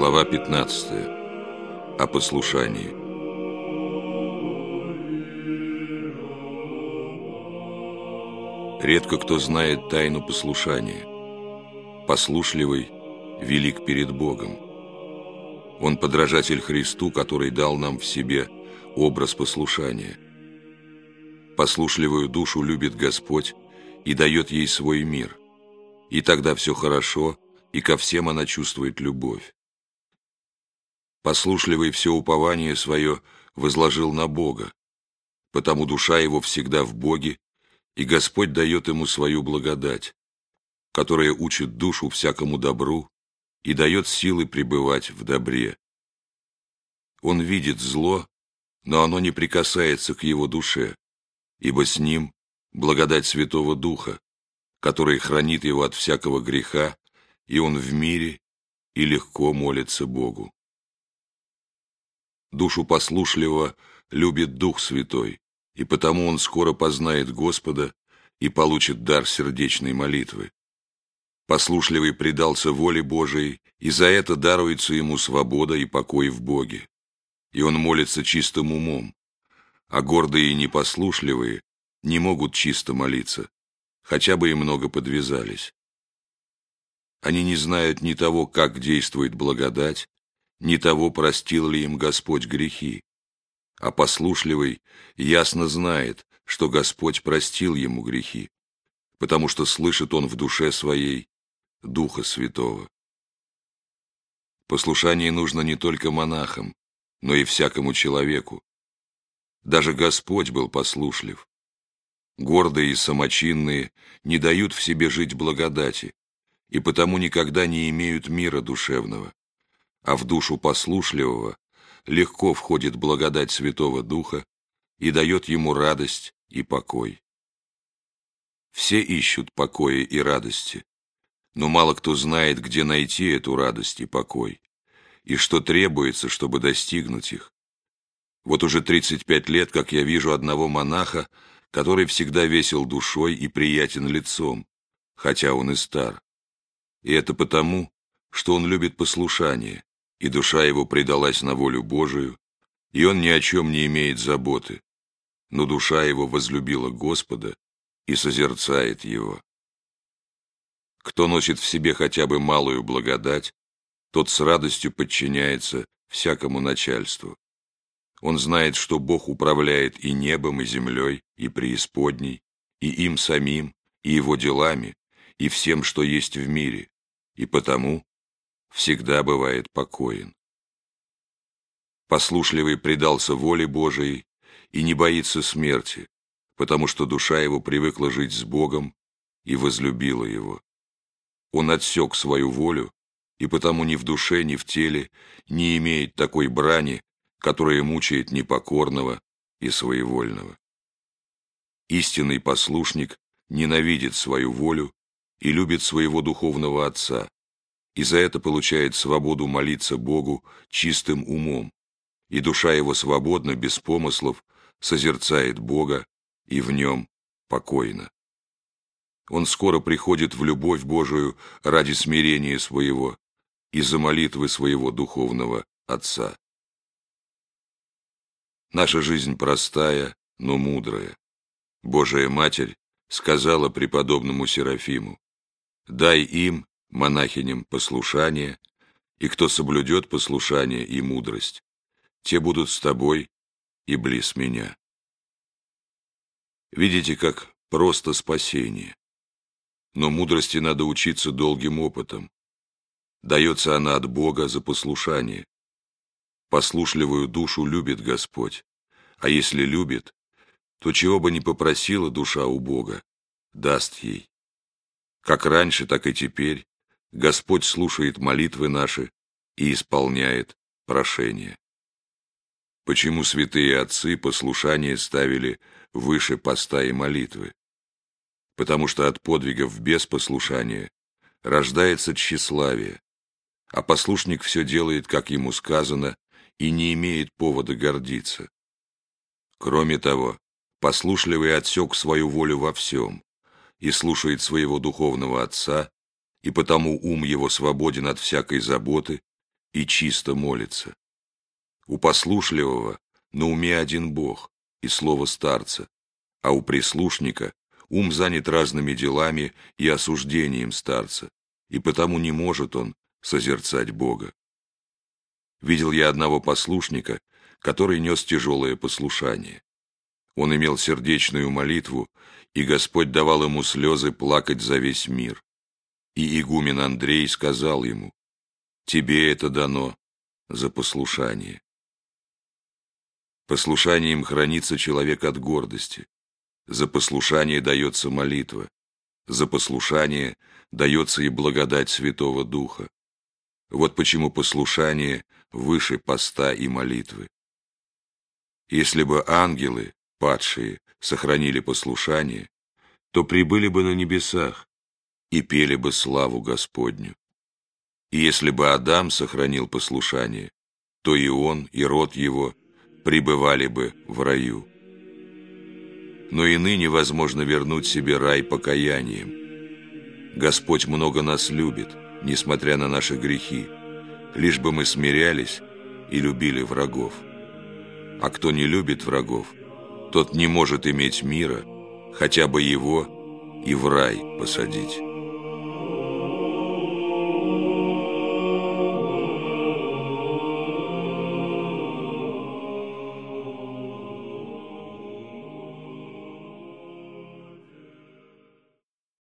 Глава 15. О послушании. Редко кто знает тайну послушания. Послушливый велик перед Богом. Он подражатель Христу, который дал нам в себе образ послушания. Послушливую душу любит Господь и дает ей свой мир. И тогда все хорошо, и ко всем она чувствует любовь. Послушливый все упование свое возложил на Бога, потому душа его всегда в Боге, и Господь дает ему свою благодать, которая учит душу всякому добру и дает силы пребывать в добре. Он видит зло, но оно не прикасается к его душе, ибо с ним благодать Святого Духа, который хранит его от всякого греха, и он в мире и легко молится Богу. Душу послушливого любит Дух Святой, и потому он скоро познает Господа и получит дар сердечной молитвы. Послушливый предался воле Божией, и за это даруется ему свобода и покой в Боге. И он молится чистым умом, а гордые и непослушливые не могут чисто молиться, хотя бы и много подвязались. Они не знают ни того, как действует благодать, ни того, простил ли им Господь грехи, а послушливый ясно знает, что Господь простил ему грехи, потому что слышит он в душе своей Духа Святого. Послушание нужно не только монахам, но и всякому человеку. Даже Господь был послушлив. Гордые и самочинные не дают в себе жить благодати, и потому никогда не имеют мира душевного, а в душу послушливого легко входит благодать Святого Духа и дает ему радость и покой. Все ищут покоя и радости, но мало кто знает, где найти эту радость и покой, и что требуется, чтобы достигнуть их. Вот уже 35 лет, как я вижу одного монаха, который всегда весел душой и приятен лицом, хотя он и стар. И это потому, что он любит послушание, и душа его предалась на волю Божию, и он ни о чем не имеет заботы, но душа его возлюбила Господа и созерцает Его. Кто носит в себе хотя бы малую благодать, тот с радостью подчиняется всякому начальству. Он знает, что Бог управляет и небом, и землей, и преисподней, и им самим, и его делами, и всем, что есть в мире, и потому всегда бывает покоен. Послушливый предался воле Божией и не боится смерти, потому что душа его привыкла жить с Богом и возлюбила Его. Он отсек свою волю, и потому ни в душе, ни в теле не имеет такой брани, которая мучает непокорного и своевольного. Истинный послушник ненавидит свою волю и любит своего духовного отца, и за это получает свободу молиться Богу чистым умом, и душа его свободно, без помыслов, созерцает Бога и в нем покойна. Он скоро приходит в любовь Божию ради смирения своего и за молитвы своего духовного отца. Наша жизнь простая, но мудрая. Божия Матерь сказала преподобному Серафиму: «Дай им, монахиням, послушание, и кто соблюдет послушание и мудрость, те будут с тобой и близ меня». Видите, как просто спасение. Но мудрости надо учиться долгим опытом. Дается она от Бога за послушание. Послушливую душу любит Господь, а если любит, то чего бы ни попросила душа у Бога, даст ей. Как раньше, так и теперь Господь слушает молитвы наши и исполняет прошения. Почему святые отцы послушание ставили выше поста и молитвы? Потому что от подвигов без послушания рождается тщеславие, а послушник все делает, как ему сказано, и не имеет повода гордиться. Кроме того, послушливый отсек свою волю во всем и слушает своего духовного отца, и потому ум его свободен от всякой заботы и чисто молится. У послушливого на уме один Бог и слово старца, а у прислушника ум занят разными делами и осуждением старца, и потому не может он созерцать Бога. Видел я одного послушника, который нес тяжелое послушание. Он имел сердечную молитву, и Господь давал ему слезы плакать за весь мир. И игумен Андрей сказал ему: «Тебе это дано за послушание». Послушанием хранится человек от гордости. За послушание дается молитва. За послушание дается и благодать Святого Духа. Вот почему послушание выше поста и молитвы. Если бы ангелы, падшие, сохранили послушание, то прибыли бы на небесах и пели бы славу Господню. И если бы Адам сохранил послушание, то и он, и род его пребывали бы в раю. Но и ныне возможно вернуть себе рай покаянием. Господь много нас любит, несмотря на наши грехи, лишь бы мы смирялись и любили врагов. А кто не любит врагов, тот не может иметь мира, хотя бы его и в рай посадить.